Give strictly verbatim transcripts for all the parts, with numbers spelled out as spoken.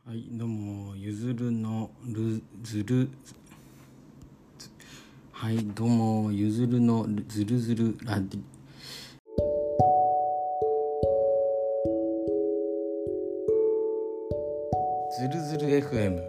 はい、どうも、ゆずるのるずるはい、どうも、ゆずるのずるずるラディずるずる エフエム。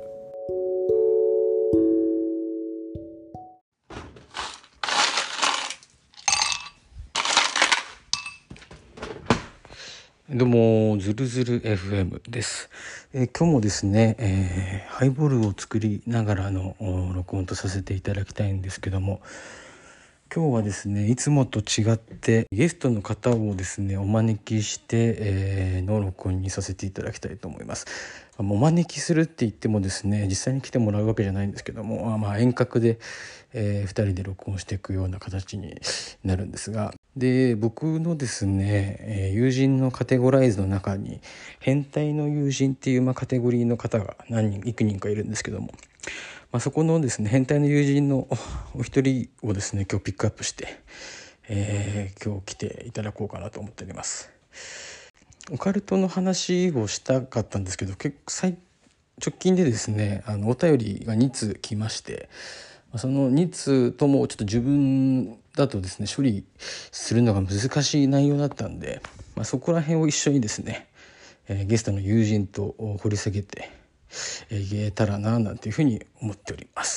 どうも、ずるずる エフエム です。えー今日もですね、えーハイボールを作りながらのお録音とさせていただきたいんですけども、今日はですね、いつもと違ってゲストの方をですねお招きして、えーの録音にさせていただきたいと思います。お招きするって言ってもですね、実際に来てもらうわけじゃないんですけども、まあ遠隔で、えー、ふたりで録音していくような形になるんですが、で僕のですね、えー友人のカテゴライズの中に変態の友人っていう、まあ、カテゴリーの方が何人幾人かいるんですけども、まあ、そこのですね変態の友人のお一人をですね今日ピックアップして、えー今日来ていただこうかなと思っております。オカルトの話をしたかったんですけど、結構最直近でですねあのお便りがに通来まして、そのに通ともちょっと自分だとですね処理するのが難しい内容だったんで、まあ、そこら辺を一緒にですね、えーゲストの友人と掘り下げていけたらななんていうふうに思っております。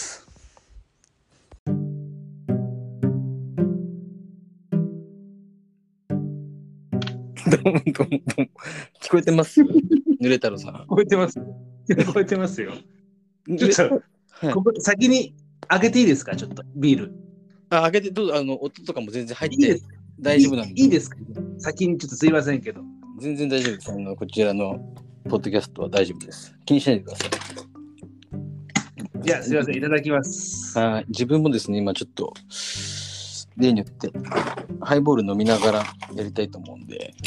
どうもどうもどうも聞こえてます？ぬれ太郎さん。 聞こえてます。聞こえてますよ。ちょっと、 はい、 ここ先に開けていいですか、ちょっとビール。 あ、開けてどうぞ。あの音とかも全然入っいいでてす大丈夫なんで。 いいいいですか、先にちょっとすいませんけど。 全然大丈夫です。あのこちらのポッドキャストは大丈夫です。気にしないでください。 いや、すいません、いただきます。 はい、自分もですね今ちょっと例によってハイボール飲みながらやりたいと思うんで、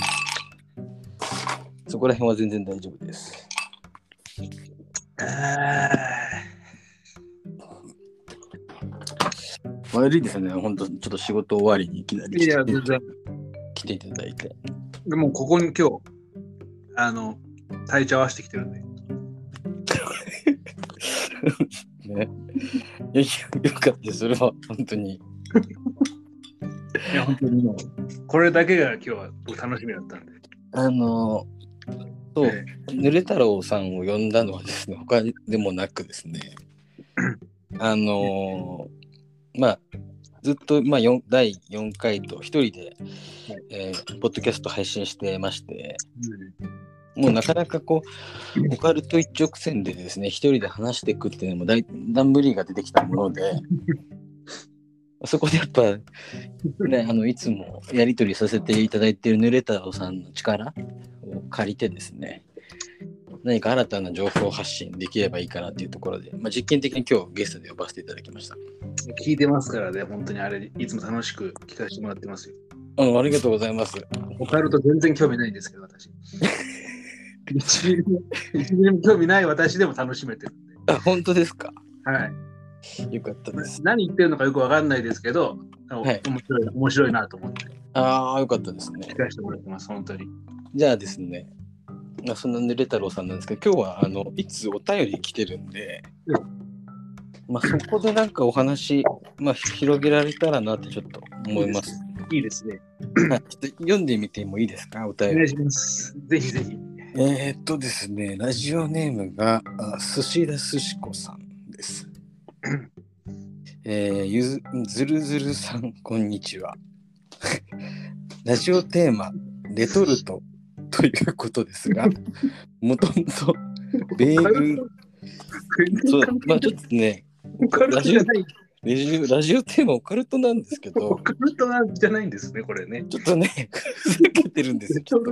そこら辺は全然大丈夫です。 あ悪いですね、本当ちょっと仕事終わりにいきなりいや、全然。 来ていただいて。 でも、ここに今日、あの、体調合わせてきてるんで。 ね、いやよかったです、それは本当に。 いや、本当にもう、これだけが今日は僕楽しみだったんで。 あのそう、 えぬれ太郎さんを呼んだのはですね他でもなくですね、あのまあずっと、まあ、だいよんかいと一人で、 はいえーポッドキャスト配信してまして、 うんもうなかなかこうオカルト一直線でですね一人で話していくっていうのもだいだん無理が出てきたものでそこでやっぱ、ね、あのいつもやり取りさせていただいているぬれ太郎さんの力を借りてですね、何か新たな情報発信できればいいかなっていうところで、まあ、実験的に今日ゲストで呼ばせていただきました。 聞いてますからね、本当にあれ、いつも楽しく聞かせてもらってますよ。 あ、ありがとうございます。 オカルト全然興味ないんですけど、私。一ミリも一ミリも興味ない私でも楽しめてるんで。 あ、本当ですか。 はい。 よかったです。 何言ってるのかよくわかんないですけど、 はい面白いな、面白いなと思ってああ、よかったですね。 聞かせてもらってます、本当に。 じゃあですね、まあ、そんなぬれ太郎さんなんですけど、今日はあのいつお便り来てるんで、まあ、そこでなんかお話、まあ、広げられたらなってちょっと思います。 いいですね。 はい、ちょっと読んでみてもいいですか、お便り。 お願いします。ぜひぜひ。 えー、っとですね、ラジオネームがあ寿司田寿司子さんです。えー、ゆずずるずるさん、こんにちは。ラジオテーマ、レトルトということですが、もともと米軍、そう、まあちょっとね、 オカルトじゃない。 ラジオ、ラジオテーマオカルトなんですけど、 オカルトなんじゃないんですね、これね。 ちょっとね、ふざけてるんですよ、ちょっと。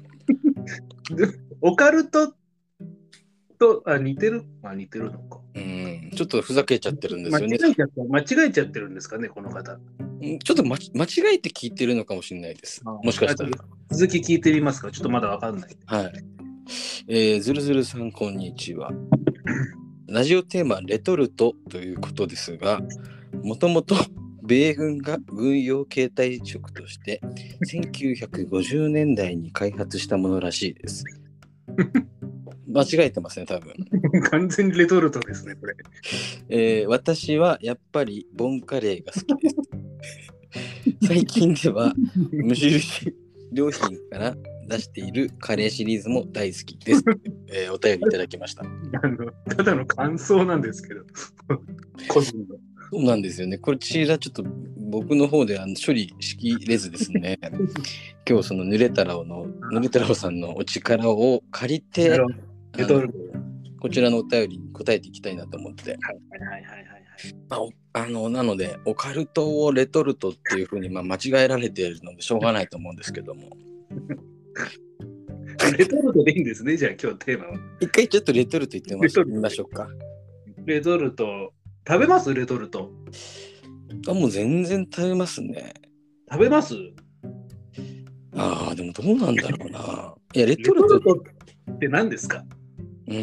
オカルトとあ似てるまあ似てるのか。 うん、ちょっとふざけちゃってるんですよね。 間違えちゃった。間違えちゃってるんですかね、この方。 ちょっと、ま、間違えて聞いてるのかもしれないです。もしかしたら。 続き聞いてみますか。ちょっとまだわかんない。 はい。えー、ずるずるさん、こんにちは。ラジオテーマ、レトルトということですが、もともと米軍が軍用携帯食としてせんきゅうひゃくごじゅうねんだいに開発したものらしいです。 間違えてますね、多分。 完全にレトルトですね、これ。 えー、私はやっぱりボンカレーが好きです。最近では無印良品から出しているカレーシリーズも大好きです。えー、お便りいただきました。 あのただの感想なんですけど、個人の。 そうなんですよね。こちらちょっと僕の方であの処理しきれずですね。今日その濡れたらおの濡れたらおさんのお力を借りて、 レトルト。 こちらのお便りに答えていきたいなと思って。 はいはいはいはいはい。 まあ、あのなのでオカルトをレトルトっていうふうにまあ間違えられているのでしょうがないと思うんですけども。 レトルトでいいんですね、じゃあ今日テーマは。 一回ちょっとレトルト言ってみましょうか。 レトルト、食べますレトルト。 あ、もう全然食べますね。 食べますああ、でもどうなんだろうな。いや、レレトルトトルトって何ですか？ うん、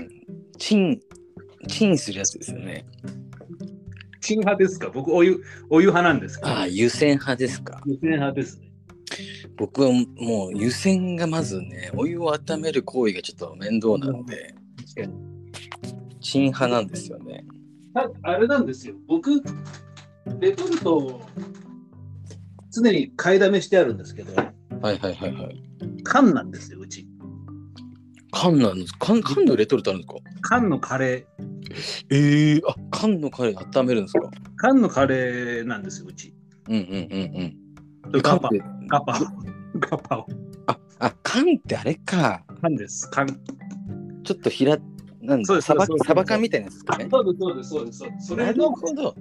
チン、チンするやつですよね。 チン派ですか？僕お湯、お湯派なんですけど。 ああ、湯煎派ですか。 湯煎派ですね。 僕はもう湯煎がまずね、お湯を温める行為がちょっと面倒なので、チン派なんですよね。 あ、あれなんですよ。僕、レトルトを常に買いだめしてあるんですけど、 はいはいはいはい。 缶なんですよ、うち。 缶なんです缶、缶のレトルトあるんですか？ 缶のカレー。 ええー、あ、缶のカレー温めるんですか？ 缶のカレーなんですよ、うち。 うんうんうんうん。 ガパ、 でガパ、ガパを。 あ、あ、缶ってあれか。 缶です、缶。 ちょっと平、なんだ、サバ、サバ缶みたいなやつですかね。 そうです、そうです、そうです。そうですそれなのるほど。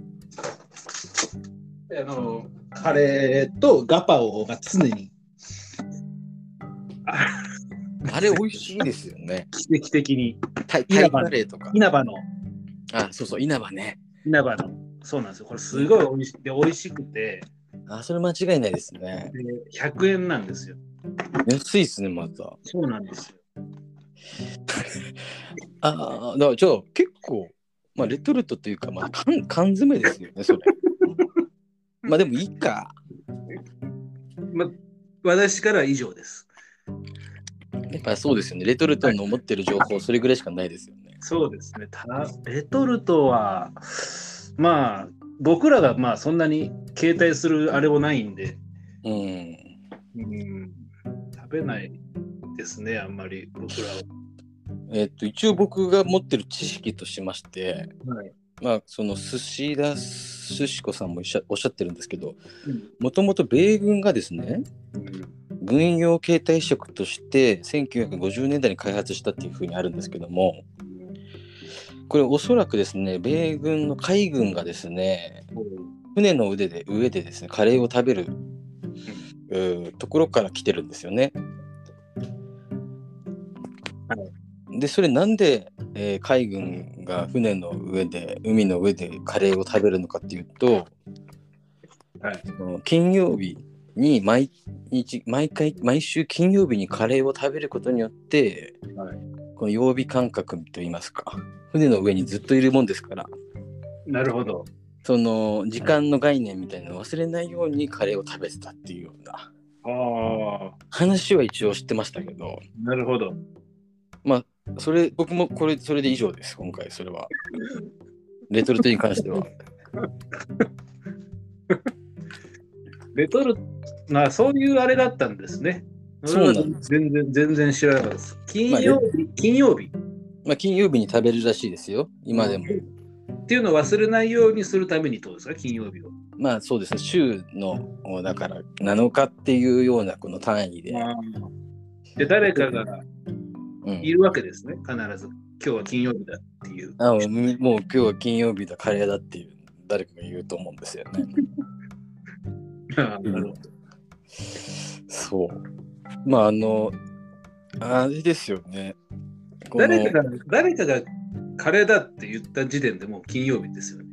あのカレーとガパオが常に。ああれ美味しいですよね。 奇跡的に。 タイタイカレーとか。 稲葉の。 あ、そうそう、稲葉ね。 稲葉の。そうなんですよ。これすごい美味しで美味しくて。 あ、それ間違いないですね。 でひゃくえんなんですよ。 安いですね、また。 そうなんですよ。 ああ、だからじゃあ結構、まあ、レトルトというか、まあ、缶、缶詰ですよね、それ。まあでもいいか。 ま、私からは以上です。 やっぱそうですよね。レトルトの持ってる情報、それぐらいしかないですよね。 そうですね。ただ、レトルトは、まあ、僕らがまあそんなに携帯するあれもないんで、 うん。 うん、食べないですね、あんまり僕らは。 えっと、一応僕が持ってる知識としまして、 はい、 まあ、その寿司田寿司子さんもおっしゃおっしゃってるんですけど、もともと米軍がですね、うん、軍用携帯食としてせんきゅうひゃくごじゅうねんだいに開発したっていうふうにあるんですけども、これおそらくですね、米軍の海軍がですね、船の上で上でですね、カレーを食べる、うん、ところから来てるんですよね。はい、でそれなんで、えー、海軍が船の上で海の上でカレーを食べるのかっていうと、はい、金曜日に毎日毎回毎週金曜日にカレーを食べることによって、はい、この曜日感覚といいますか、船の上にずっといるもんですから。 なるほど。 その時間の概念みたいなのを忘れないようにカレーを食べてたっていうようなあ話は一応知ってましたけど。 なるほど。 まあそれ僕もこれそれで以上です。今回それはレトルトに関しては。 レトルトなそういうあれだったんですね。そうなんです。全然全然知らなかったです。金曜日、まあ、金曜日。 まあ金曜日に食べるらしいですよ。今でも。 っていうのを忘れないようにするためにどうですか、金曜日を。 まあそうですね。週のだからなのかっていうようなこの単位で。 で誰かがいるわけですね、うん、必ず。今日は金曜日だっていう。 あ、もう今日は金曜日だ、カレーだっていう誰かが言うと思うんですよね。 あ、なるほど。 そう。まああのあれですよね。 誰かが誰かがカレーだって言った時点でもう金曜日ですよね。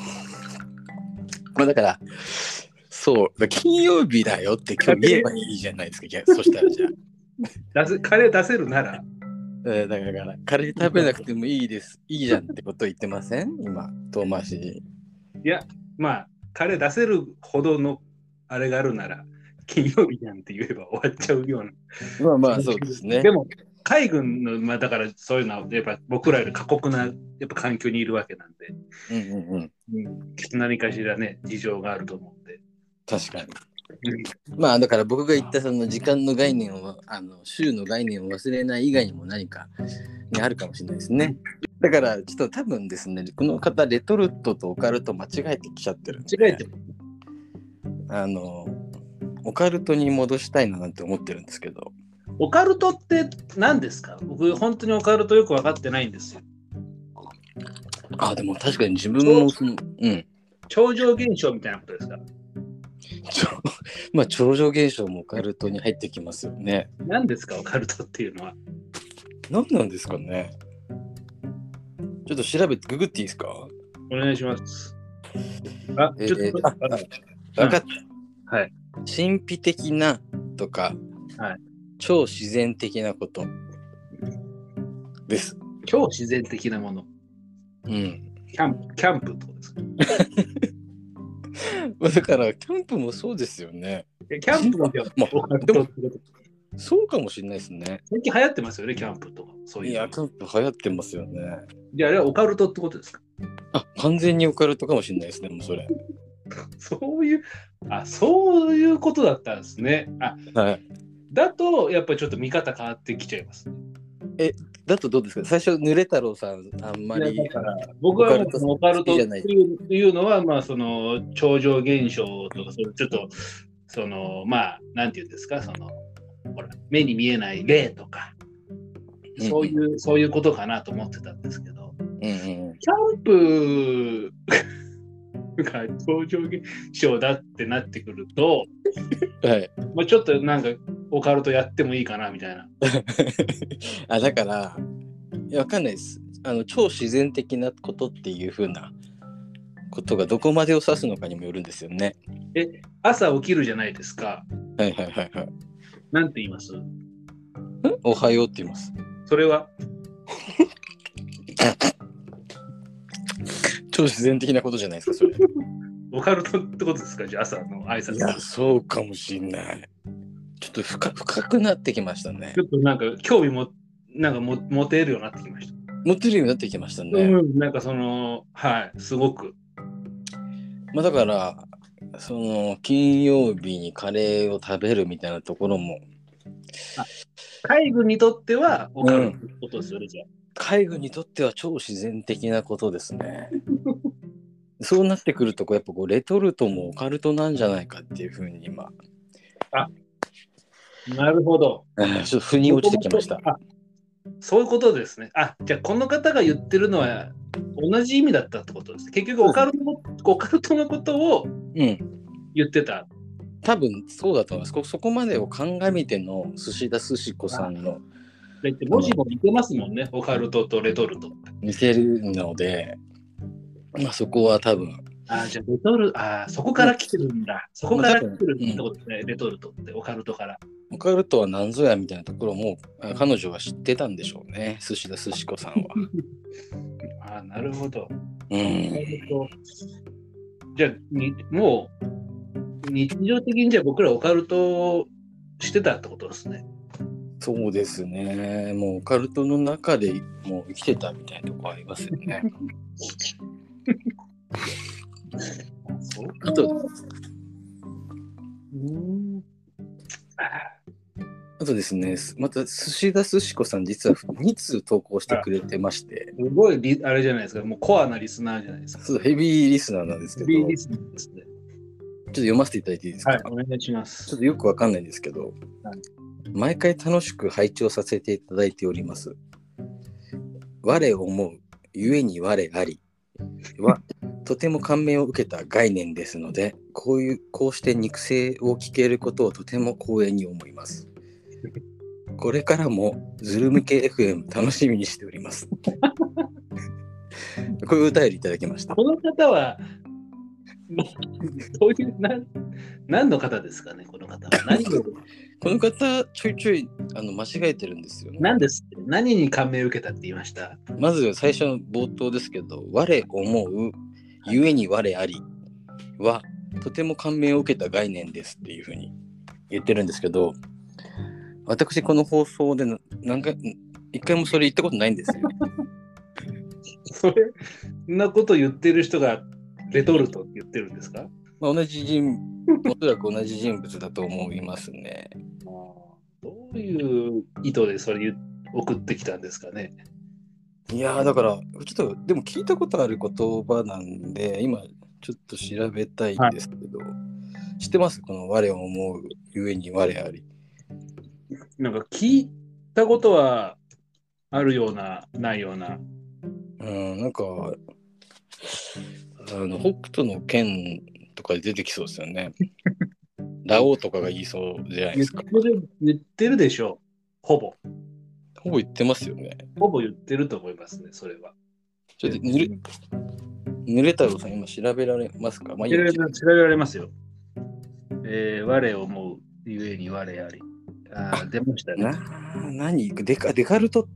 まあだからそう金曜日だよって今日言えばいいじゃないですか。そしたらじゃあ出せカレー出せるなら。 だからカレー食べなくてもいいですいいじゃんってこと言ってません今遠回しに。 いやまあカレー出せるほどのあれがあるなら金曜日なんて言えば終わっちゃうような。 まあまあそうですね。 でも海軍の、まあ、だからそういうのはやっぱ僕らより過酷なやっぱ環境にいるわけなんで、 うんうんうん。 うん、何かしらね事情があると思うんで。 確かに。まあだから僕が言ったその時間の概念をあの週の概念を忘れない以外にも何かにあるかもしれないですね。だからちょっと多分ですね、この方レトルトとオカルト間違えてきちゃってるんで、 間違えてる。 あのオカルトに戻したいななんて思ってるんですけど。 オカルトって何ですか？僕本当にオカルトよく分かってないんですよ。 あ、でも確かに自分もその、うん。 超常現象みたいなことですか？ まあ超常現象もオカルトに入ってきますよね。 何ですかオカルトっていうのは？ 何なんですかね。ちょっと調べてググっていいですか？ お願いします。あ、ちょっと、 えー、あ、 あ、 分かった。 はい。 神秘的なとか、 はい、 超自然的なことです。 超自然的なもの。 うん。 キャンプ、キャンプってことですか？ だからキャンプもそうですよね。 キャンプもオカルトってこと？ そうかもしれないですね。 最近流行ってますよね、キャンプとか。そういう。 いや、キャンプ流行ってますよね。 じゃああれはオカルトってことですか？ あ、完全にオカルトかもしれないですね、もうそれ。 そういう、あ、そういうことだったんですね。あ、 はい。 だと、やっぱりちょっと見方変わってきちゃいます。 え、だとどうですか？最初、濡れ太郎さん、あんまり。 だから僕はもうオカルトっていうのは、まあ、その超常現象とか、そのちょっと、その、まあ、なんていうんですか、その、ほら、目に見えない霊とか、そういう、うんうん、そういうことかなと思ってたんですけど、 うんうん、キャンプが超常現象だってなってくると、はい、まあちょっとなんかオカルトやってもいいかなみたいな。 あ、だからいやわかんないです。あの超自然的なことっていう風なことがどこまでを指すのかにもよるんですよね。 え、朝起きるじゃないですか。 はいはいはいはい。 なんて言います？ん？ おはようって言います。 それは超自然的なことじゃないですか、それ。 オカルトってことですか？じゃあ朝の挨拶。 いや、そうかもしんない。ちょっと 深, 深くなってきましたね。 ちょっとなんか興味もなんかも持てるようになってきました。 持てるようになってきましたね。 うん、なんかそのはいすごく。 まあだからその金曜日にカレーを食べるみたいなところも。 海軍にとってはオカルトってことですよね、うん、じゃあ。 海軍にとっては超自然的なことですね。そうなってくるとこうやっぱこうレトルトもオカルトなんじゃないかっていうふうに今。 あ、なるほど。 ちょっと腑に落ちてきました。 あ、そういうことですね。あ、じゃあこの方が言ってるのは同じ意味だったってことです。結局オカルトの、オカルトのことを言ってた。 うん、多分そうだと思います。そこまでを鑑みての寿司田寿司子さんの。 だって文字も似てますもんね、オカルトとレトルトって。 似てるので、まあ、そこは多分。 あ、じゃあレトル、あ、そこから来てるんだ。うん、そこから来てるってことですね、うん、レトルトってオカルトから。 オカルトは何ぞやみたいなところも彼女は知ってたんでしょうね、寿司田寿司子さんは。 あ、なるほど。 うん、 じゃあにもう日常的にじゃあ僕らオカルトしてたってことですね。 そうですね。もうオカルトの中でもう生きてたみたいなとこありますよね。 そうあと、 うんあとですね、また寿司田寿司子さん実はに通投稿してくれてまして、 すごいリあれじゃないですか、もうコアなリスナーじゃないですか。 そうヘビーリスナーなんですけど、 ヘビーリスナーですね。 ちょっと読ませていただいていいですか？ はい、お願いします。 ちょっとよくわかんないんですけど、はい、毎回楽しく拝聴させていただいております。我思う、ゆえに我ありはとても感銘を受けた概念ですので、こういうこうして肉声を聞けることをとても光栄に思います。これからもズル向け エフエム 楽しみにしております。こういうお便りいただきました。 この方はどういうな何の方ですかね、この方は。何をこの方ちょいちょいあの間違えてるんですよね。 何ですって？何に感銘を受けたって言いました？ まず最初の冒頭ですけど、我思う、ゆえに我ありはとても感銘を受けた概念ですっていうふうに言ってるんですけど、 私この放送で何回一回もそれ言ったことないんですよ。 それんなこと言ってる人がレトルトって言ってるんですか？ まあ、同じ人おそらく同じ人物だと思いますね。 どういう意図でそれ送ってきたんですかね。 いやーだからちょっとでも聞いたことある言葉なんで今ちょっと調べたいんですけど、はい、知ってます？この我を思うゆえに我あり。 なんか聞いたことはあるようなないような。 うん、なんかあの北斗の拳とかで出てきそうですよね。ラオウとかが言いそうじゃないですか。 言ってる、言ってるでしょう。ほぼ。 ほぼ言ってますよね。 ほぼ言ってると思いますね、それは。 ちょっとぬれ、ぬれ太郎さん今調べられますか？まあ、 調べられますよ。えー、我を思うゆえに我あり。ああ、出ましたね。 な何デカデカルト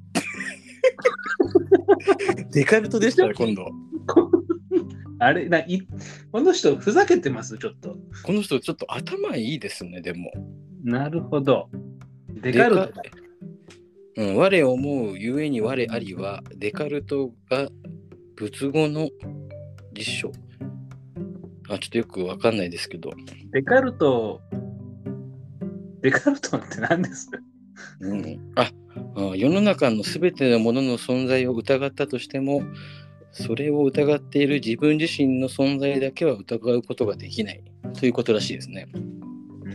デカルトでしたね、今度。 あれないこの人ふざけてますちょっと。 この人ちょっと頭いいですね、でも。 なるほど。デカルト。 うん、我を思うゆえに我ありはデカルトが仏語の辞書。あ、ちょっとよくわかんないですけど。 デカルト、デカルトって何ですか？ うん、ああ、世の中のすべてのものの存在を疑ったとしても、それを疑っている自分自身の存在だけは疑うことができないということらしいですね。うん、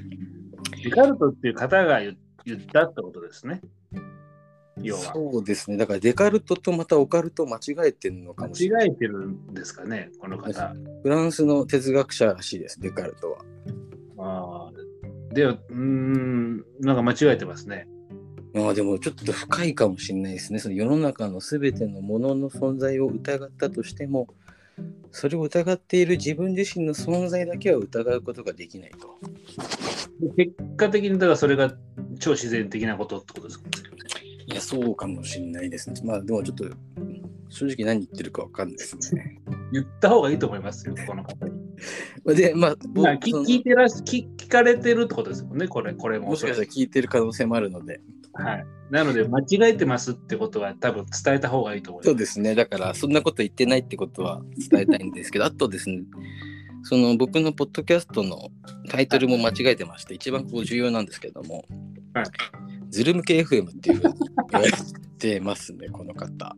デカルトっていう方が言ったってことですね。要は。 そうですね。だからデカルトとまたオカルト間違えてるのかもしれない。 間違えてるんですかね、この方。 フランスの哲学者らしいです、デカルトは。 ああ、では、うーん、なんか間違えてますね。 まあでもちょっと深いかもしれないですね。その世の中のすべてのものの存在を疑ったとしても、それを疑っている自分自身の存在だけは疑うことができないと。 結果的にだからそれが超自然的なことってことですか？ いや、そうかもしれないですね。まあでもちょっと正直何言ってるか分かんないですね。 言った方がいいと思いますよ、この方に。 で、まあ、 まあ、聞, 聞いてらし聞、聞かれてるってことですもんね、これ、これも。 もしかしたら聞いてる可能性もあるので。 はい。なので、間違えてますってことは多分伝えた方がいいと思います。 そうですね。だから、そんなこと言ってないってことは伝えたいんですけど、あとですね、その僕のポッドキャストのタイトルも間違えてまして、一番こう重要なんですけども、はい、ズル向け エフエム っていうふうに言われてますね、この方。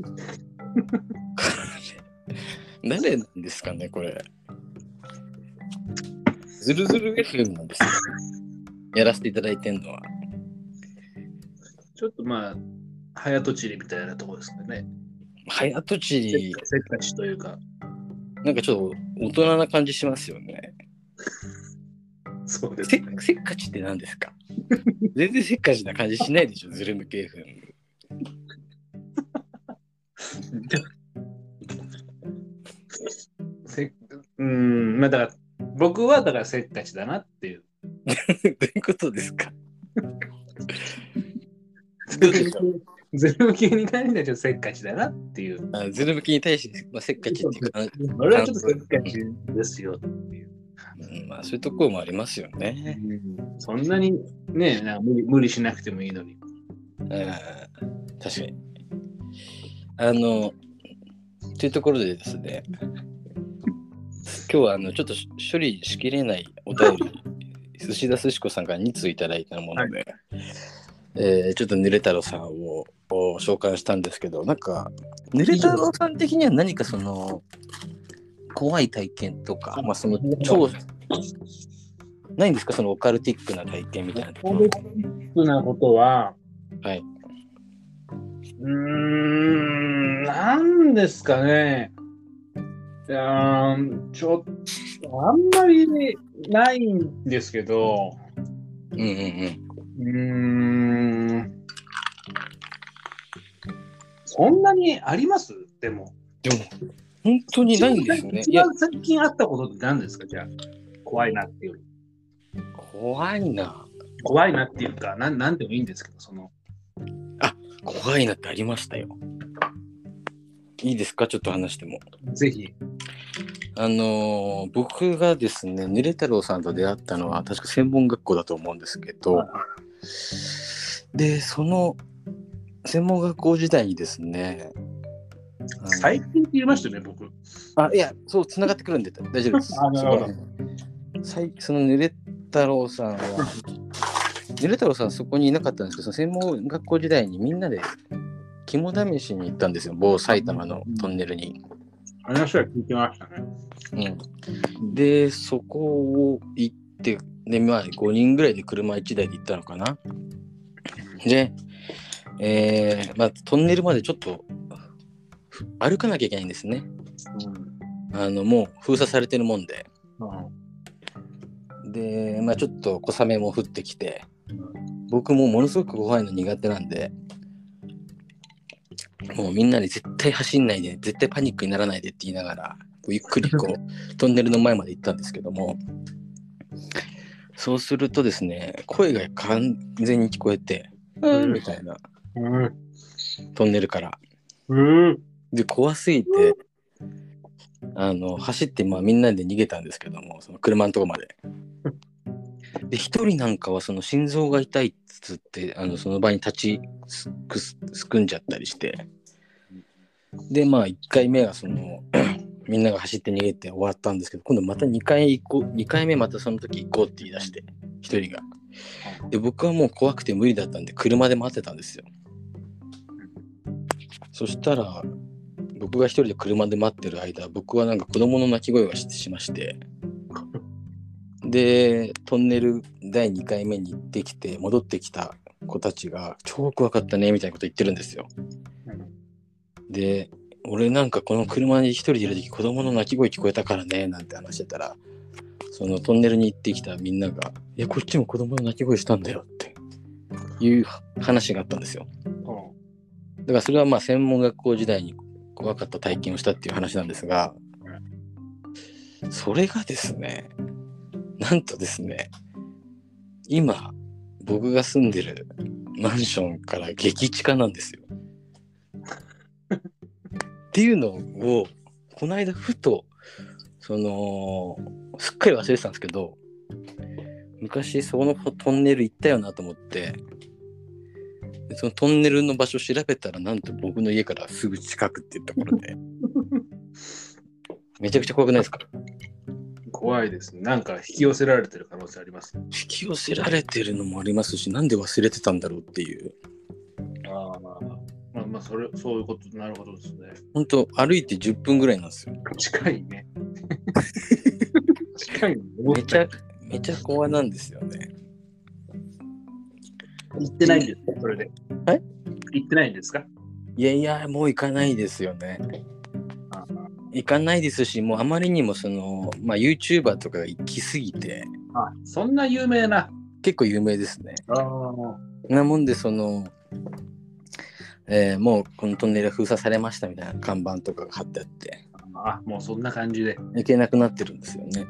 誰なんですかね、これ。ズルズル エフエム なんですよ。やらせていただいてるのは。 ちょっとまあ、早とちりみたいなところですかね。 早とちり。 せっかちというか。 なんかちょっと大人な感じしますよね。 そうですね。 せ, せっかちって何ですか？全然せっかちな感じしないでしょ、ズル向け エフエム。 せうん、まあだから、僕はだからせっかちだなっていう。 どういうことですか？どうでしょう？ ズル向きに対してはせっかちだなっていう。 あ、ズル向きに対して、まあ、せっかちっていうか、 俺はちょっとせっかちですよっていう。 うん、まあそういうところもありますよね。 うん、そんなにね、なんか無理、無理しなくてもいいのに。 あ、確かに。あの、というところでですね、今日はあのちょっと処理しきれないお便り、寿司田寿司子さんからに通いただいたもので、はい、えー、ちょっとぬれ太郎さんを召喚したんですけど、なんかぬれ太郎さん的には何かその怖い体験とか、まあその超ないんですか、そのオカルティックな体験みたいなところ。 オカルティックなことは、 はい。 うーん、なんですかね。いやちょっとあんまりないんですけど、 うんうんうん。 うーん、そんなにあります？でも。 でも、本当にないんですね。 一番最近あったことって何ですか？じゃあ、怖いなっていう。 怖いな。 怖いなっていうか、なん、なんでもいいんですけど、その。 あ、怖いなってありましたよ。いいですか？ちょっと話しても。 ぜひ。 あのー、僕がですね、ぬれ太郎さんと出会ったのは確か専門学校だと思うんですけど、 でその専門学校時代にですね、 最近って言いましたよね、僕。 あ、いや、そう、つながってくるんで大丈夫です。 あ、なるほど。 そのぬれ太郎さんは、ぬれ太郎さんそこにいなかったんですけど、その専門学校時代にみんなで肝試しに行ったんですよ、某埼玉のトンネルに。 話は聞いてましたね。 うん、で、そこを行って、で、まあ、ごにんぐらいで車いちだいで行ったのかな。で、えーまあ、トンネルまでちょっと歩かなきゃいけないんですね。うん、あのもう封鎖されてるもんで。うん、で、まあ、ちょっと小雨も降ってきて、僕もものすごく怖いの苦手なんで、もうみんなで絶対走んないで、絶対パニックにならないでって言いながら、ゆっくりこうトンネルの前まで行ったんですけども、そうするとですね、声が完全に聞こえて、うん、みたいな、うん、トンネルから、うん、で怖すぎて、あの走ってまあみんなで逃げたんですけども、その車のとこまで。で一人なんかはその心臓が痛いっつってあのその場に立ちすくすくんじゃったりして、でまあいっかいめはそのみんなが走って逃げて終わったんですけど、今度またにかい行こう、にかいめまたその時行こうって言い出して、ひとりが。で僕はもう怖くて無理だったんで車で待ってたんですよ。そしたら僕が一人で車で待ってる間、僕はなんか子供の泣き声がししまして、でトンネルだいにかいめに行ってきて戻ってきた子たちが超怖かったねみたいなこと言ってるんですよ。で俺なんかこの車に一人でいる時子供の泣き声聞こえたからねなんて話してたら、そのトンネルに行ってきたみんながいやこっちも子供の泣き声したんだよっていう話があったんですよ。だからそれはまあ専門学校時代に怖かった体験をしたっていう話なんですが、それがですね、なんとですね、今僕が住んでるマンションから激近なんですよ。っていうのをこの間ふとそのすっかり忘れてたんですけど、昔そのトンネル行ったよなと思って、でそのトンネルの場所調べたらなんと僕の家からすぐ近くっていうところでめちゃくちゃ怖くないですか？ 怖いですね。なんか引き寄せられてる可能性あります、ね。 引き寄せられてるのもありますし、なんで忘れてたんだろうっていう。ああ、まあ、まあまあそれそういうことなるほどですね。 本当歩いてじゅっぷんぐらいなんですよ。 近いね。近いね。 めちゃめちゃ怖なんですよね。 行ってないんですかそれで？ はい？ 行ってないんですか？ いやいやもう行かないですよね。行かないですし、もうあまりにもその、まあ、YouTuber とかが行きすぎて、 あ、そんな有名な。 結構有名ですね。 あなもんでその、えー、もうこのトンネル封鎖されましたみたいな看板とかが貼ってあって、 あ、もうそんな感じで行けなくなってるんですよね。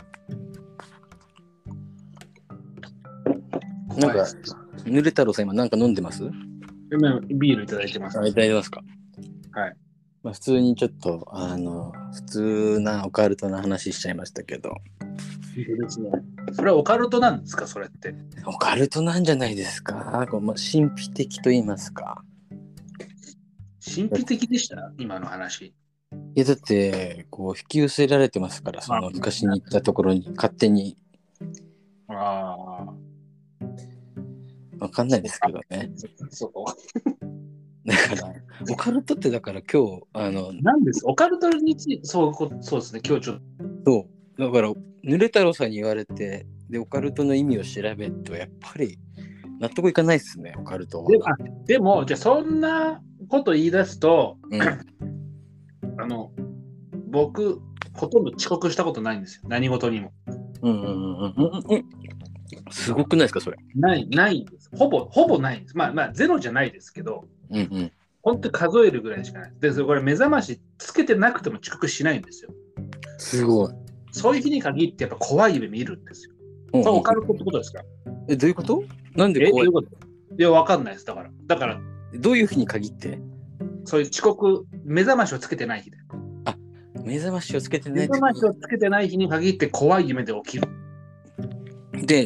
なんかぬれ太郎さん今なんか飲んでます？ 今ビールいただいてます。 あ、いただいてますか？ はい。 まあ、普通にちょっとあの普通なオカルトな話しちゃいましたけど。 本当ですね。それはオカルトなんですかそれって？ オカルトなんじゃないですか。こう、まあ、神秘的と言いますか。 神秘的でした今の話。 いやだってこう引き寄せられてますから、その昔に行ったところに勝手に。 ああ。 わかんないですけどね。 そうだからオカルトってだから今日あのなんですオカルトについてそうそうですね今日ちょっとそうだからぬれ太郎さんに言われてでオカルトの意味を調べるとやっぱり納得いかないですねオカルトは。 で, あでもじゃあそんなこと言い出すと、うん、あの僕ほとんど遅刻したことないんですよ何事にも。 うんうんうんうんうん。すごくないですかそれ？ ないないんです。ほぼほぼないんです。まあまあゼロじゃないですけど、うんうん、本当に数えるぐらいしかない。でこれ目覚ましつけてなくても遅刻しないんですよ。 すごい。 そういう日に限ってやっぱ怖い夢見るんですよ。うんうん、それオカルトってことですか？ えどういうこと？なんで怖い？ えどういうこと？いやわかんないですだからだからどういう日に限って？ そういう遅刻目覚ましをつけてない日で。 あ目覚ましをつけてない。 目覚ましをつけてない日に限って怖い夢で起きる。 で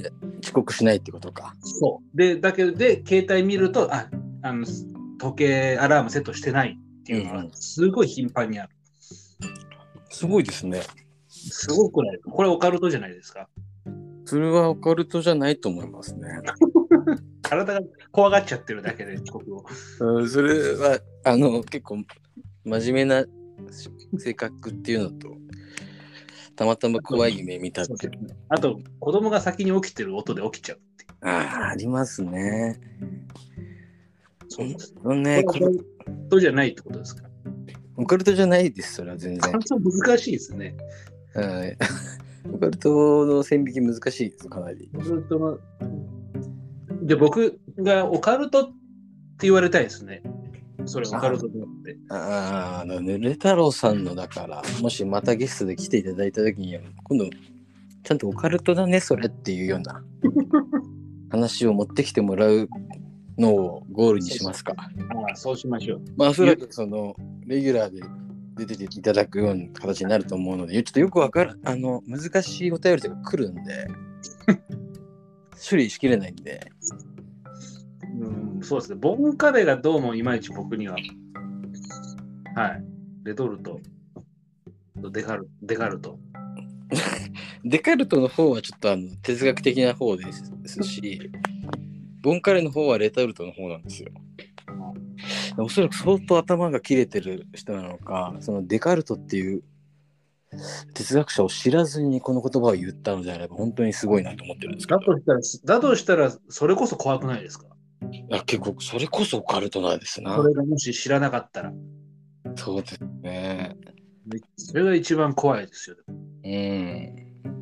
遅刻しないってことか。 そうでだけで携帯見るとああの時計アラームセットしてないっていうのがすごい頻繁にある、 うん、すごいですね。 すごくないこれオカルトじゃないですか。 それはオカルトじゃないと思いますね。 体が怖がっちゃってるだけで遅刻を、 うん、それはあの結構真面目な性格っていうのとたまたま怖い夢見たっていう。 あと子供が先に起きてる音で起きちゃうっていう。 ああ、ありますね。 そうです。 ね、 これオカルトじゃないってことですか？ オカルトじゃないです、それは全然。 難しいですね。 はい。オカルトの線引き難しいです、かなり。 オカルトのじゃあ僕がオカルトって言われたいですね。それオカルトであって。 ああ、ぬれ太郎さんのだから、もしまたゲストで来ていただいたときには、今度、ちゃんとオカルトだね、それっていうような話を持ってきてもらうのをゴールにしますか。 ああ、そうしましょう。 まあ、おそらくその、レギュラーで出ていただくような形になると思うので、ちょっとよくわからん、あの、難しいお便りとか来るんで、処理しきれないんで。 うん、そうですね。ボンカレーがどうもいまいち僕には。はい。レトルト。デカルデカルト。 デカルトの方はちょっとあの哲学的な方ですし、ボンカレーの方はレトルトの方なんですよ。おそらく相当頭が切れてる人なのか、そのデカルトっていう哲学者を知らずにこの言葉を言ったのであれば本当にすごいなと思ってるんですけど。 だとしたら、だとしたらそれこそ怖くないですか？ いや結構それこそオカルトなんですな。 それがもし知らなかったら。 そうですね。 それが一番怖いですよ。 うん。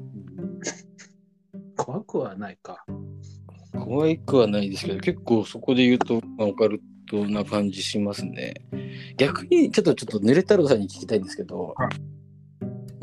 怖くはないか。 怖くはないですけど、結構そこで言うとオカルトな感じしますね。逆にちょっとちょっとぬれ太郎さんに聞きたいんですけど、はい、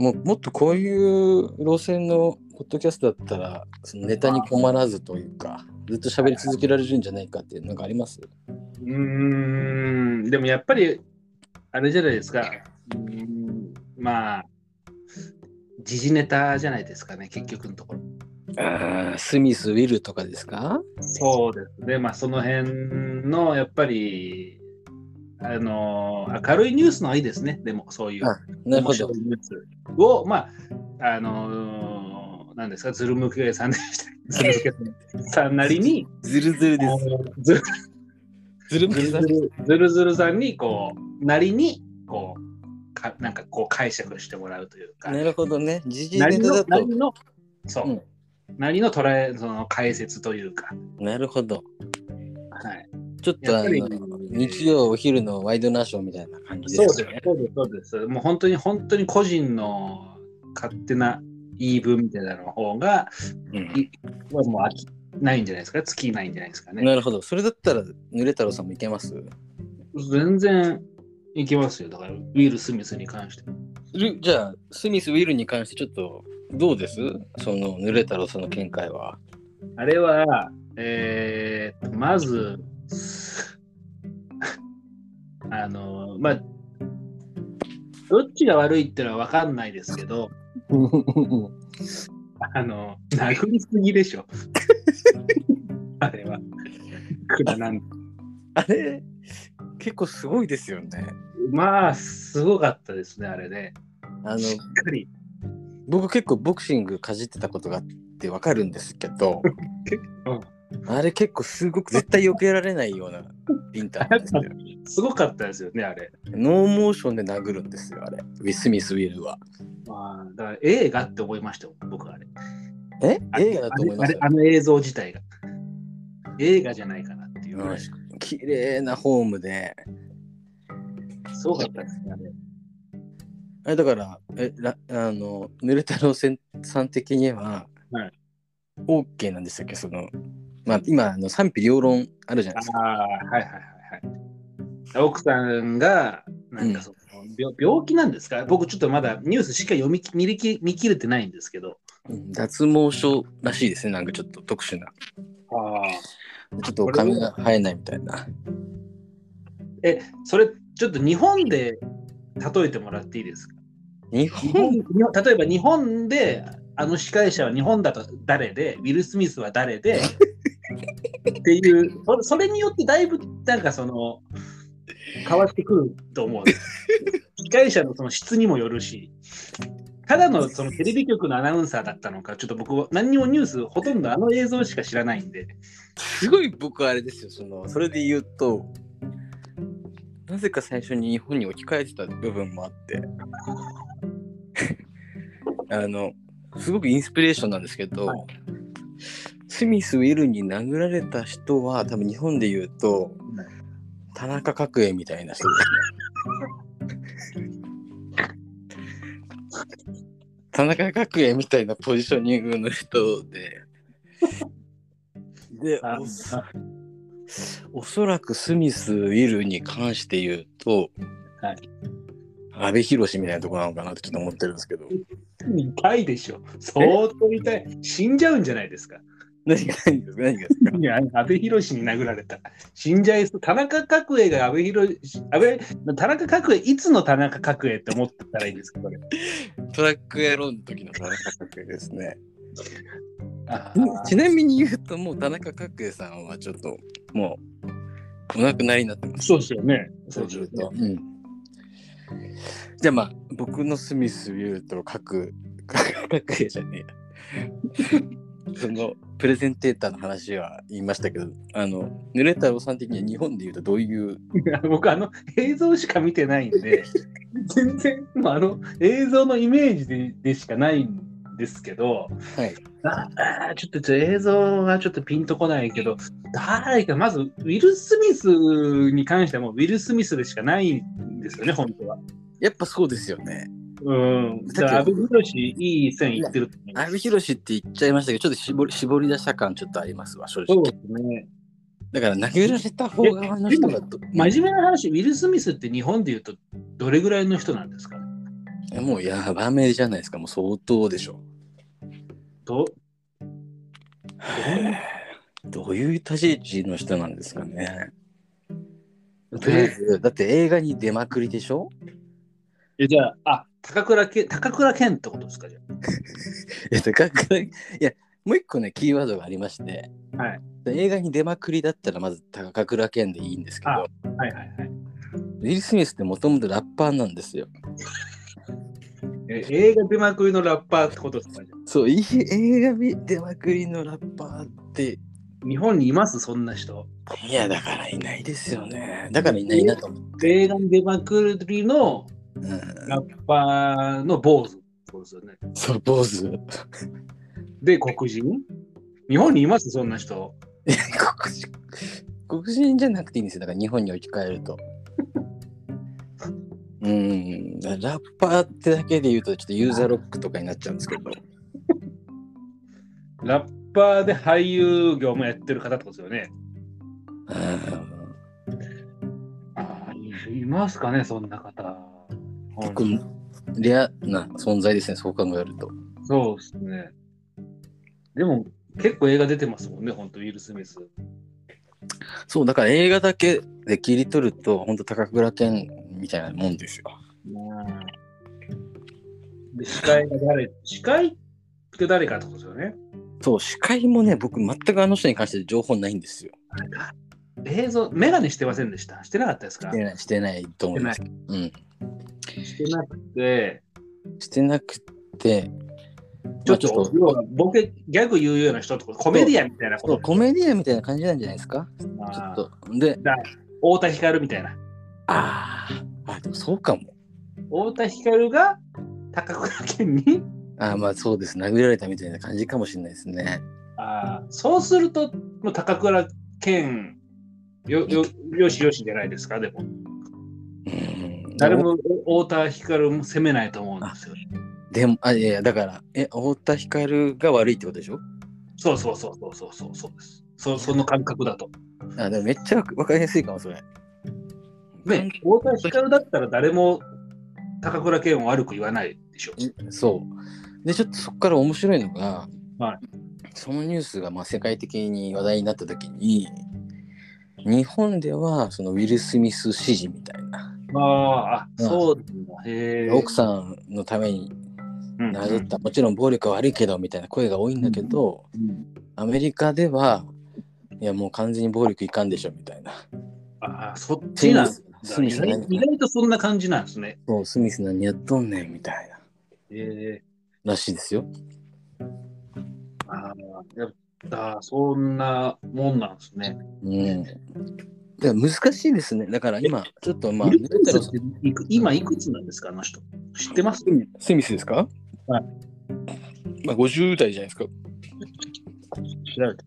もうもっとこういう路線のポッドキャストだったらそのネタに困らずというかずっと喋り続けられるんじゃないかっていうのがあります？ うーん、でもやっぱりあれじゃないですか。うーん、まあ時事ネタじゃないですかね、結局のところ。 ああ、スミス・ウィルとかですか？ そうですね。まあその辺のやっぱりあの明るいニュースのいいですね。でもそういう面白いニュースをまああのー、なんですか、ズルムケさんでしたズルムケさんなりにズルズルです。 ズルズルズルズルズルさんにこうなりにこうかなんかこう解釈してもらうというか。 なるほどね。時事ネタだとなりのそう。うん、なりの捉えその解説というか。 なるほど。 はい。 ちょっとあの日曜お昼のワイドナショーみたいな感じですね。 そうです、そうです、そうです。もう本当に本当に個人の勝手な言い分みたいなの方が、うん、はもう飽きないんじゃないですか、尽きないんじゃないですかね。 なるほど。それだったらぬれ太郎さんもいけます？ 全然いけますよ。だからウィル・スミスに関して。 じゃあスミス・ウィルに関してちょっとどうです？そのぬれ太郎さんの見解は。 あれは、えー、まずあのまあどっちが悪いってのは分かんないですけどあの殴りすぎでしょあれはなんあれ結構すごいですよね。 まあすごかったですねあれね。 あのしっかり僕結構ボクシングかじってたことがあって分かるんですけどあれ結構すごく絶対避けられないようなビンタなんですよ。 すごかったですよねあれ。 ノーモーションで殴るんですよあれ。ウィスミス・ウィルは。 まあだから映画って思いましたよ僕はあれ。 え映画だと思いますよ。あれあの映像自体が映画じゃないかなっていう、ね。 綺麗なフォームで。 すごかったですねあれ。 あれだからえらあのぬれ太郎さん的には、はい、OK なんでしたっけ？そのまあ今の賛否両論あるじゃないですか。 ああはいはいはいはい。奥さんがなんかその、うん、病, 病気なんですか？僕ちょっとまだニュースしか読み見りき見切れてないんですけど、 うん、脱毛症らしいですね。なんかちょっと特殊な。あちょっとお髪が生えないみたいな。 えそれちょっと日本で例えてもらっていいですか？ 日本例えば日本であの司会者は日本だと誰で、ウィル・スミスは誰でっていう、それによってだいぶなんかその変わってくると思う。司会者のその質にもよるし、ただのそのテレビ局のアナウンサーだったのか、ちょっと僕は何にもニュース、ほとんどあの映像しか知らないんで。 すごい僕はあれですよ、そのそれで言うと、なぜか最初に日本に置き換えてた部分もあって、あの、すごくインスピレーションなんですけど、はい、スミス・ウィルに殴られた人は多分日本で言うと、うん、田中角栄みたいな人ですね。田中角栄みたいなポジショニングの人で、で、お, おそらくスミス・ウィルに関して言うと、はい、阿部寛みたいなところなのかなってちょっと思ってるんですけど。 痛いでしょ。相当痛い。死んじゃうんじゃないですか。 何が何ですか何がですか。 いや、阿部寛に殴られた。死んじゃいそう。田中角栄が阿部寛、阿部、田中角栄、いつの田中角栄って思ってたらいいんですか、これ。 トラック野郎の時の田中角栄ですね。ちなみに言うと、もう田中角栄さんはちょっと、もう、お亡くなりになってます。 そうですよね。 そうすると。うん。じゃあまあ、僕のスミス・ウィルと角栄じゃねえそのプレゼンテーターの話は言いましたけど、あの濡れ太郎さん的には日本で言うとどういう。 いや僕あの映像しか見てないんで全然あの映像のイメージ で, でしかないんですけど、はい、あちょっと映像がちょっとピンとこないけど、誰かまずウィル・スミスに関してはもうウィル・スミスでしかないんですよね、本当は。 やっぱそうですよね。 うん。阿部寛いい線いってる。 阿部寛って言っちゃいましたけど、ちょっと絞り絞り出した感ちょっとありますわ、正直。 そうですね。 だから投げられた方側の人がと。 真面目な話、ウィル・スミスって日本で言うとどれぐらいの人なんですかね。 もうやばめじゃないですか、もう相当でしょ。 どどういう立ち位置の人なんですかね。とりあえず、だって映画に出まくりでしょ。 えじゃあ、あ、高倉健、高倉健ってことですかじゃあ。 いや、高倉、いや、もう一個ね、キーワードがありまして、はい、映画に出まくりだったらまず高倉健でいいんですけど、はいはいはい、ウィル・スミスってもともとラッパーなんですよ。 え映画出まくりのラッパーってことですかじゃあ。 そう、映画出まくりのラッパーって日本にいますそんな人。 いや、だからいないですよね。だからいないなと思って。 映画に出まくりのラッパーの坊主ってことですよね。 そう、坊主。 で、黒人日本にいますそんな人。 黒人黒人じゃなくていいんですよ。だから日本に置き換えると。うん、ラッパーってだけで言うとちょっとユーザーロックとかになっちゃうんですけど。 ラッパーで俳優業もやってる方ってことですよね。あいますかねそんな方。 結構レアな存在ですね、そう考えると。 そうですね。でも結構映画出てますもんね、本当ウィル・スミス。 そう、だから映画だけで切り取ると、本当高倉健みたいなもんですよ。 うん、で司会が誰司会って誰かってことですよね。 そう、司会もね、僕全くあの人に関して情報ないんですよ。 映像、メガネしてませんでした？してなかったですか？ してない、してないと思います。うん。 してなくて、 してなくて、 ちょっと、まあ、ちょっとボケギャグ言うような人とかコメディアンみたいなこと。 そう、コメディアンみたいな感じなんじゃないですか。まあ、ちょっとで、 太田光みたいな。 ああ、でもそうかも。 太田光が高倉健に。 ああ、まあそうです。殴られたみたいな感じかもしれないですね。 ああ、そうするともう高倉健よよよしよしじゃないですか。でも。うん誰も太田光も責めないと思うんですよ。 でも、あ、いや、だから、え、太田光が悪いってことでしょ？ そうそうそうそうそうそうそうです。そ, その感覚だと。 あ、でもめっちゃわかりやすいかも、それ。 ね、太田光だったら誰も高倉健を悪く言わないでしょ。 そう。で、ちょっとそこから面白いのが、はい、そのニュースがまあ世界的に話題になったときに、日本ではそのウィル・スミス支持みたいな。 ああ、そうなんだ。へ奥さんのためになぞった、もちろん暴力は悪いけどみたいな声が多いんだけど、うん、アメリカではいやもう完全に暴力いかんでしょみたいな。 ああ、そっちなんですスミス意外とそんな感じなんですね。 そう、スミス何やっとんねんみたいな。 えー、らしいですよ。 ああ、やっぱそんなもんなんですね。 うん。で難しいですね。だから今ちょっとまあ今いくつなんですかあの人。知ってます？ スミスですか？はい。まあごじゅう代じゃないですか。 調べて。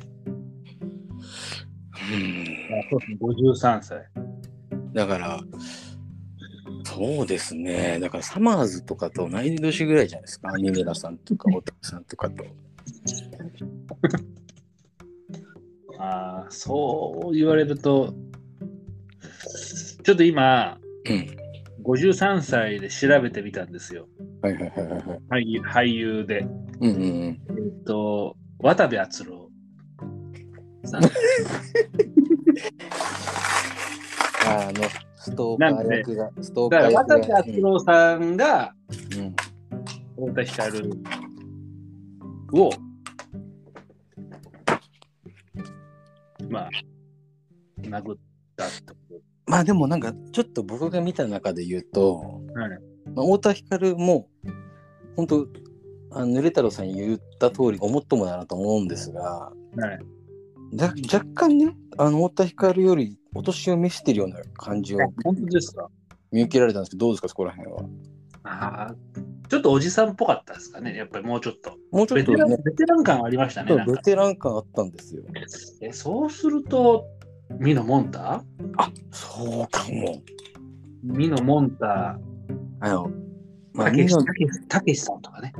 うん。そうですね。ごじゅうさんさい。 だからそうですね。だからサマーズとかと同い年ぐらいじゃないですか。三村さんとか大竹さんとかと。 ああ、そう言われると、ちょっと今、うん、ごじゅうさんさいで調べてみたんですよ。 はいはいはいはい。 俳優で。 うんうんうん、 えっと、渡部篤郎さん。 あの、ストーカー役が、ストーカー役が。だから渡部篤郎さんが、うん、太田光を、まあ、殴ったってこと。 まあでもなんかちょっと僕が見た中で言うと、はい、まあ、太田光も本当あの濡れ太郎さん言った通りごもっともだなと思うんですが、はい、だ若干ねあの太田光よりお年を召してるような感じを本当ですか見受けられたんですけど、どうですかそこら辺は。 あちょっとおじさんっぽかったですかね、やっぱりもうちょっと。 もうちょっと、ね、 ベテラン感ありましたね。 ベテラン感あったんですよ。 えそうすると、ミノモンタあ、そうかも。 ミノモンタあの、 まあ、たけし、たけしさんとかね。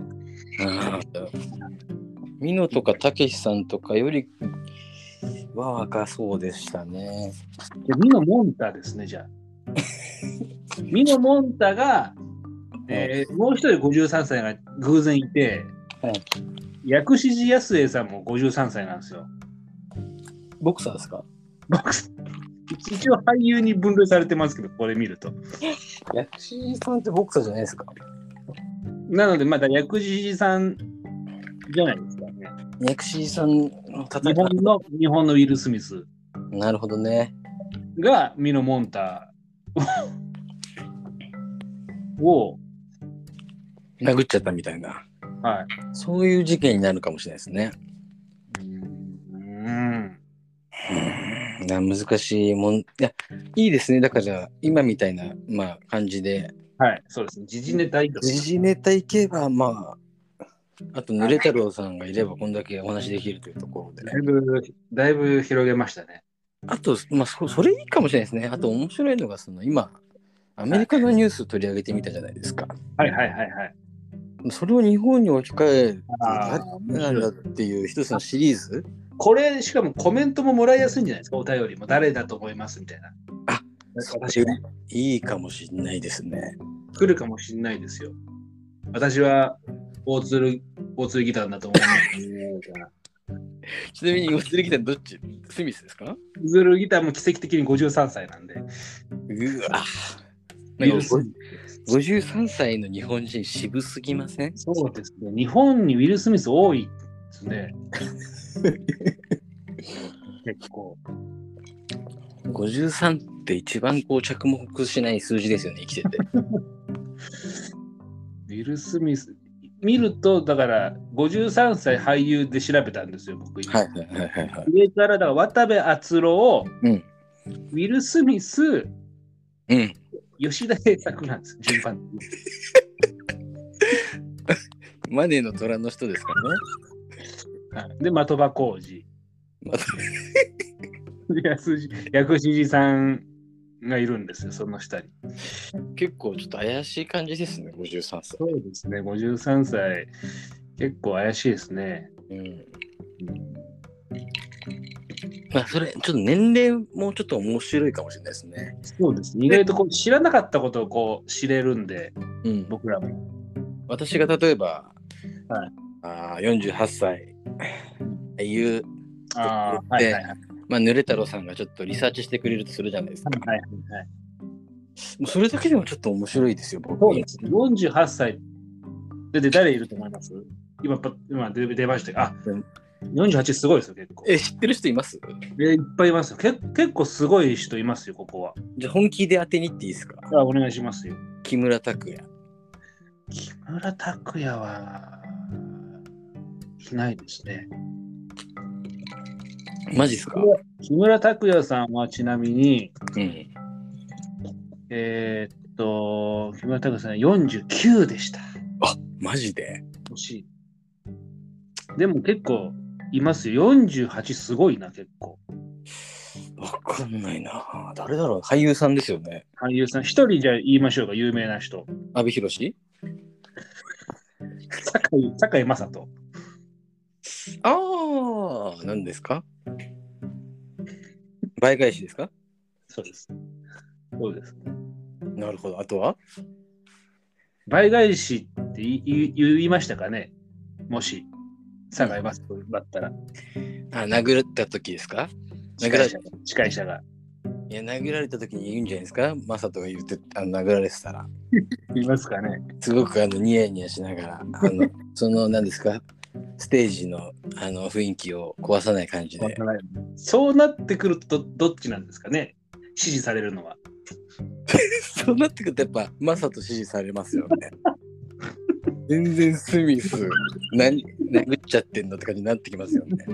ミノとかたけしさんとかよりは若そうでしたね。 ミノモンタですね、じゃあ。ミノモンタが、えー、もう一人ごじゅうさんさいが偶然いて、はい、薬師寺康英さんもごじゅうさんさいなんですよ。 ボクサーですか？ ボクサー。一応俳優に分類されてますけど、これ見ると。 薬師寺さんってボクサーじゃないですか？ なので、まだ薬師寺さんじゃないですかね。 薬師寺さんの戦い日本の日本のウィル・スミス。 なるほどね。 がミノモンタを殴っちゃったみたいな。 はい。 そういう事件になるかもしれないですね。 うん。 難しいもん。いや、いいですね。だから今みたいな、まあ、感じで。 はい、そうですね。時事ネタい時事ネタいけば、まあ、あと、濡れ太郎さんがいれば、こんだけお話できるというところで。 だいぶ、だいぶ広げましたね。 あと、まあそ、それいいかもしれないですね。あと、面白いのが、その、今、アメリカのニュースを取り上げてみたじゃないですか。 はいはいはいはい。 それを日本に置き換えて、誰なんだっていう一つのシリーズ。 これ、しかもコメントももらいやすいんじゃないですか、お便りも。誰だと思いますみたいな。 あ、私いいかもしれないですね。 来るかもしれないですよ。私は大鶴、大鶴ギターだと思います。 ちなみに大鶴ギターどっち？スミスですか？ 大鶴ギターも奇跡的にごじゅうさんさいなんで。 うわ。ごじゅうさんさいの日本人渋すぎません？ そうですね。日本にウィル・スミス多いですね。結構。 ごじゅうさんって一番こう着目しない数字ですよね、生きてて。 ウィル・スミス、見ると、だからごじゅうさんさい俳優で調べたんですよ、僕今。 はいはいはいはい、はい。 上からだから渡部篤郎、 うん、 ウィル・スミス、 うん、 吉田栄作なんです、順番に。 マネーの虎の人ですかね。で、的場浩二。薬師寺さんがいるんですよ、その下に。 結構ちょっと怪しい感じですね、ごじゅうさんさい。 そうですね、ごじゅうさんさい。結構怪しいですね。うん。うん、 まあ、それ、ちょっと年齢もちょっと面白いかもしれないですね。 そうですね。意外とこう知らなかったことをこう知れるんで、うん、僕らも。 私が例えば、 はい、 あよんじゅうはっさい俳優あはいはいはい、 まあ、濡れ太郎さんがちょっとリサーチしてくれるとするじゃないですか。 はいはいはい、 もうそれだけでもちょっと面白いですよ、僕。 そうです。よんじゅうはっさいっで、で誰いると思います？今、今出出ましたが、あ、よんじゅうはちすごいですよ、結構。 え、知ってる人います？ え、いっぱいいますよ。け結構すごい人いますよ、ここは。 じゃあ本気で当てに行っていいですか？ あ、お願いしますよ。 木村拓哉。 木村拓哉はいないですね。 マジっすか？ 木村拓哉さんはちなみに、 うん。 えー、っと、木村拓哉さんよんじゅうきゅうでした。 あ、マジで？ 惜しい。でも結構いますよ。よんじゅうはちすごいな、結構。 わかんないな。誰だろう？俳優さんですよね。 俳優さん。一人じゃ言いましょうか、有名な人。 阿部寛？ 坂井、坂井雅人。 ああ、何ですか？倍返しですか？ そうです。そうです。 なるほど。あとは倍返しって言い、言いましたかね？もし、坂井雅人だったら。 あ、殴った時ですか？ 司会者が。司会者が。 いや、殴られた時に言うんじゃないですか？マサトが言って、あの殴られてたら。 言いますかね？ すごくあのニヤニヤしながら、あのその何ですか？ステージのあの雰囲気を壊さない感じで。 そうなってくるとどっちなんですかね？支持されるのは。 そうなってくるとやっぱマサト支持されますよね。全然スミス何殴っちゃってんのって感じになってきますよね。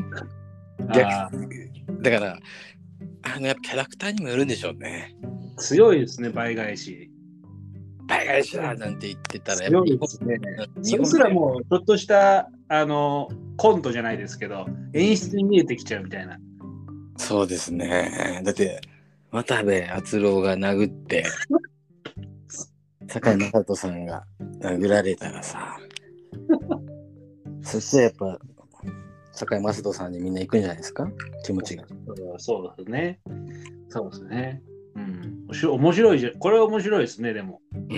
逆だからあのやっぱキャラクターにもよるんでしょうね。 強いですね、倍返し。 倍返しだなんて言ってたらやっぱり強いですね。それすらもうちょっとしたあのコントじゃないですけど、演出に見えてきちゃうみたいな。 そうですね。だって渡部篤郎が殴って堺雅人さんが殴られたらさそしてやっぱ堺雅人さんにみんな行くんじゃないですか？気持ちが。 そうですね。そうですね。うん。面白いじゃん。これは面白いですね、でも。 うん、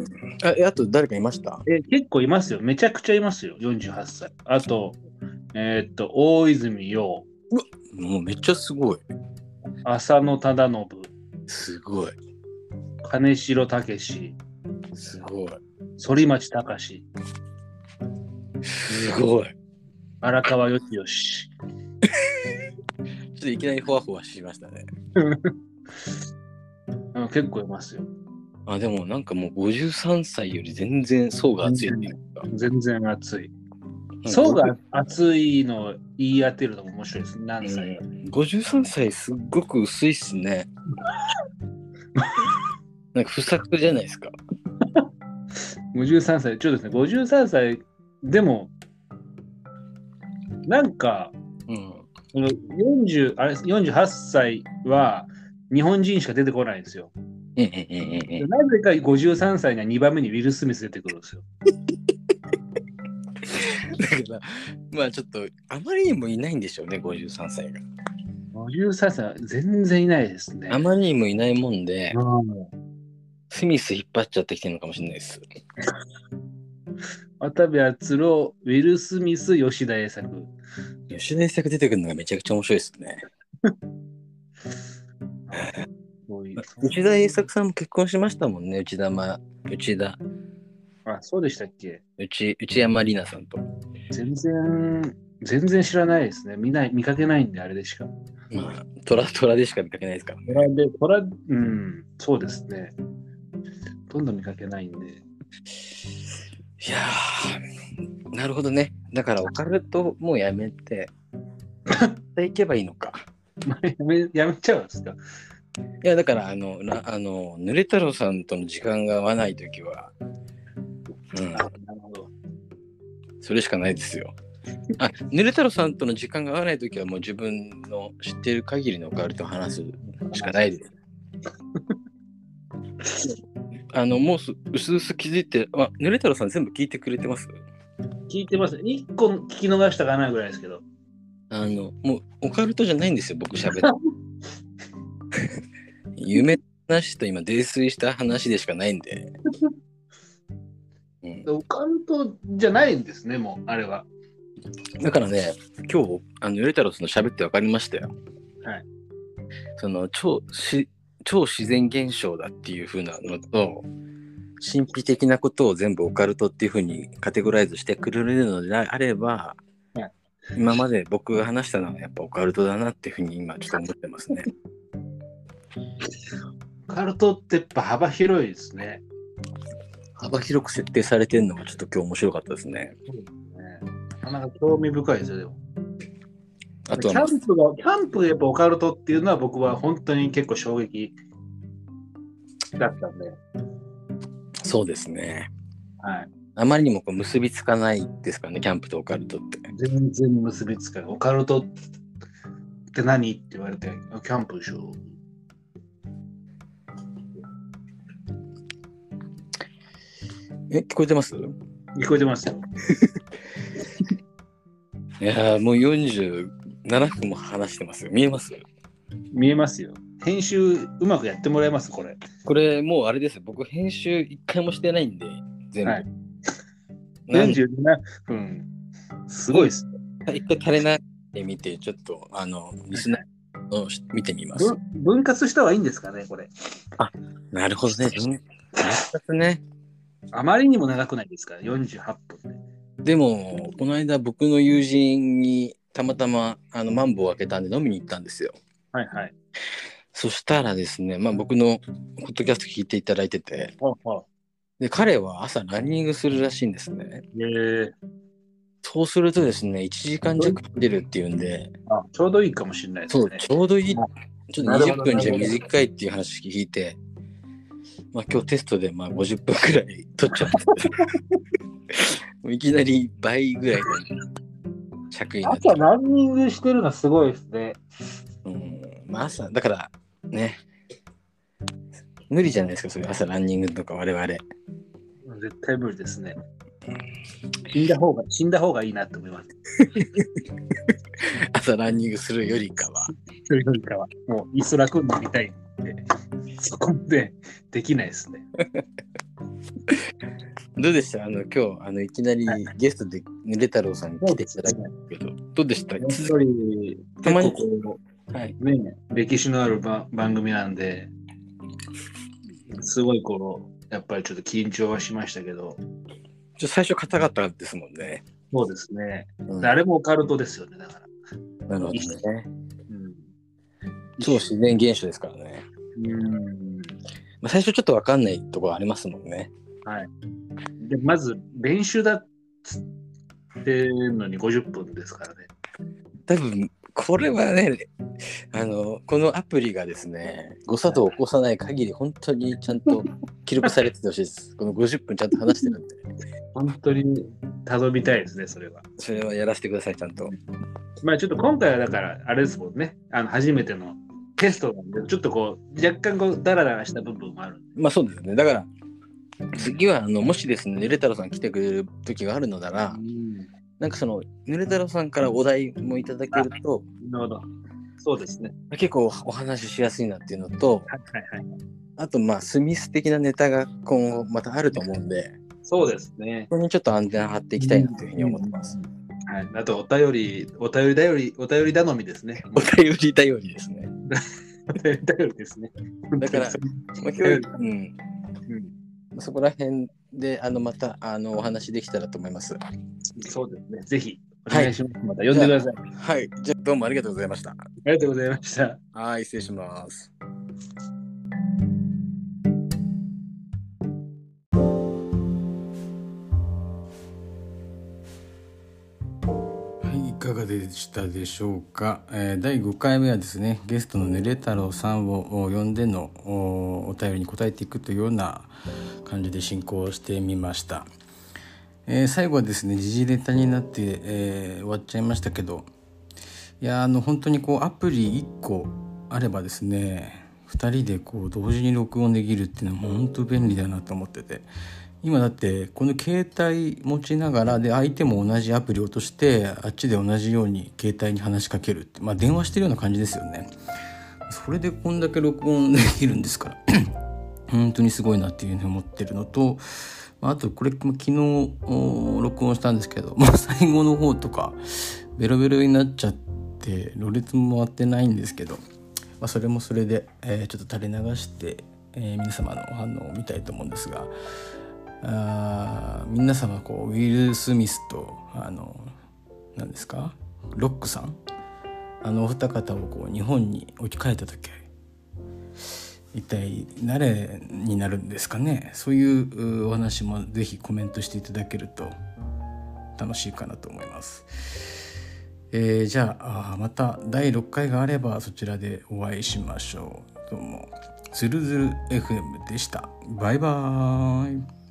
あ, あと誰かいました？ え結構いますよ。めちゃくちゃいますよ。よんじゅうはっさい。あと、えー、っと、大泉洋。 うわ、もうめっちゃすごい。 浅野忠信。 すごい。 金城武史。 すごい。 反町隆史。 すごい。 荒川よしよし。 ちょっといきなりほわほわしましたね。 結構いますよ。 あ、でもなんかもうごじゅうさんさいより全然層が厚いっていうか。 全然厚い。層が厚いのを言い当てるのも面白いです。何歳、 うん、ごじゅうさんさいすっごく薄いっすね。なんか不作じゃないですか。 ごじゅうさんさい、ちょっとですね、ごじゅうさんさいでも、なんか、うん、このよんじゅうあれよんじゅうはっさいは日本人しか出てこないんですよ。なぜかごじゅうさんさいにはにばんめにウィル・スミス出てくるんですよ。 だけど、まあちょっとあまりにもいないんでしょうね、ごじゅうさんさいが。 ごじゅうさんさいは全然いないですね。 あまりにもいないもんで、うん、スミス引っ張っちゃってきてるのかもしれないです。 渡部篤郎、ウィル・スミス、吉田栄作。 吉田栄作出てくるのがめちゃくちゃ面白いですね。内田栄作さんも結婚しましたもんね、内田ま、内田。 あ、そうでしたっけ？ 内、内山里奈さんと。 全然、全然知らないですね。見ない、見かけないんで、あれでしか。 まあ、虎、虎でしか見かけないですからね。 虎で、虎、うん、そうですね。ほとんど見かけないんで。 いやー、なるほどね。だからオカルトもうやめて、行けばいいのか。 やめ、やめちゃうんですか？ いや、だから、あの、あの、ぬれ太郎さんとの時間が合わないときは、うん、なるほど。それしかないですよ。あ、ぬれ太郎さんとの時間が合わないときは、もう自分の知っている限りのオカルトを話すしかないです。あの、もうす、うすうす気づいて、あ、ぬれ太郎さん全部聞いてくれてます？ 聞いてます。一個聞き逃したかなぐらいですけど。 あの、もう、オカルトじゃないんですよ、僕喋って。夢なしと今泥酔した話でしかないんで、 うん、オカルトじゃないんですね、もうあれは。 だからね、今日あのゆれ太郎さんの喋って分かりましたよ。 はい。 その超し超自然現象だっていう風なのと、 神秘的なことを全部オカルトっていう風にカテゴライズしてくれるのであれば、はい、今まで僕が話したのはやっぱオカルトだなっていう風に今ちょっと思ってますね。 オカルトってやっぱ幅広いですね。 幅広く設定されてるのがちょっと今日面白かったですね。 そうですね。なかなか興味深いですよ、でも。 あとは、 キャンプが、キャンプでやっぱオカルトっていうのは僕は本当に結構衝撃だったんで。 そうですね。 はい。 あまりにもこう結びつかないですかね、キャンプとオカルトって。 全然結びつかない。オカルトって何って言われて、キャンプでしょ。 え、聞こえてます？ 聞こえてますよ。 いやー、もうよんじゅうななふんも話してますよ。見えます？ 見えますよ。編集うまくやってもらえますこれ。 これもうあれです。僕編集一回もしてないんで、全部。はい、 よんじゅうななふん。すごいですね。一回垂れないで見て、ちょっと、あの、リスナーを見てみます。 分割した方がいいんですかね、これ。 あ、なるほどね。分割ね。 あまりにも長くないですか、よんじゅうはっぷんで。 でも、この間僕の友人にたまたまあのマンボウを開けたんで飲みに行ったんですよ。 はいはい。 そしたらですね、まあ僕のポッドキャスト聞いていただいてて、ははで彼は朝ランニングするらしいんですね。 へー。 そうするとですね、いちじかん弱出るっていうんで、 あ、ちょうどいいかもしれないですね。 そう、ちょうどいい。ちょっとにじゅっぷんじゃ短いっていう話聞いて、まあ今日テストでまあごじゅっぷんくらい取っちゃっていきなり倍ぐらいの尺になって。 朝ランニングしてるのすごいですね。 うん、まあ朝、だからね、無理じゃないですか、そういう朝ランニングとか我々。 絶対無理ですね。死んだ方が、死んだ方がいいなって思います。 朝ランニングするよりかは。 するよりかは。もう、イスラ組んでみたいんで、そこまでできないですね。 どうでした？あの、今日、あの、いきなりゲストでぬれ太郎さんに来ていただいたけど、どうでした？ やっぱり、たまにこう、はいね、歴史のあるば番組なんで、すごいこう、やっぱりちょっと緊張はしましたけど、 ちょ最初硬かったですもんね。 そうですね。うん、あれもオカルトですよね、だから。 なるほどね。うん、超自然現象ですからね。うんまあ、最初ちょっと分かんないところありますもんね。 はい。でまず練習だっつってのにごじゅっぷんですからね。 多分これはね、あのこのアプリがですね、誤作動を起こさない限り本当にちゃんと記録されててほしいです。このごじゅっぷんちゃんと話してるんで。 本当に頼みたいですね、それは。 それはやらせてください、ちゃんと。 まあちょっと今回はだからあれですもんね、あの初めてのテストなんで、ちょっとこう若干こうダラダラした部分もある。 まあそうですね。だから次はあのもしですね、ぬれ太郎さん来てくれる時があるのなら、うん、なんかそのぬれ太郎さんからお題もいただけると、 なるほど。そうですね。 結構お話ししやすいなっていうのと、 はいはいはい、 あとまあスミス的なネタが今後またあると思うんで、 そうですね。 ここにちょっと安全張っていきたいなというふうに思ってます。 うん、はい。あとお便り、お便り頼り、お便り頼みですね。 お便り頼りですね。 お便り頼りですね。 だから、まあ、今日、うん、うんそこら辺であのまたあのお話できたらと思います。 そうですね。ぜひお願いします。はい、また呼んでください。 はい。じゃあどうもありがとうございました。ありがとうございました。 はい、失礼します。いかがでしたでしょうか、えー、だいごかいめはですね、ゲストのぬれ太郎さんを呼んでの お, お便りに答えていくというような感じで進行してみました。えー、最後はですね、時事ネタになって、えー、終わっちゃいましたけど、いやあの本当にこうアプリいっこあればですね、ふたりでこう同時に録音できるっていうのは本当便利だなと思ってて、今だってこの携帯持ちながらで相手も同じアプリを落としてあっちで同じように携帯に話しかけるって、まあ電話してるような感じですよね。それでこんだけ録音できるんですから本当にすごいなっていうふうに思ってるのと、あとこれ昨日録音したんですけど、まあ、最後の方とかベロベロになっちゃってろれつも回ってないんですけど、まあ、それもそれで、えー、ちょっと垂れ流して、えー、皆様の反応を見たいと思うんですが、 あ皆様こうウィル・スミスとあの何ですかロックさん、あのお二方をこう日本に置き換えた時一体誰になるんですかね。そういうお話もぜひコメントしていただけると楽しいかなと思います。えー、じゃあまただいろっかいがあればそちらでお会いしましょう。どうもズルズル エフエム でした。バイバーイ。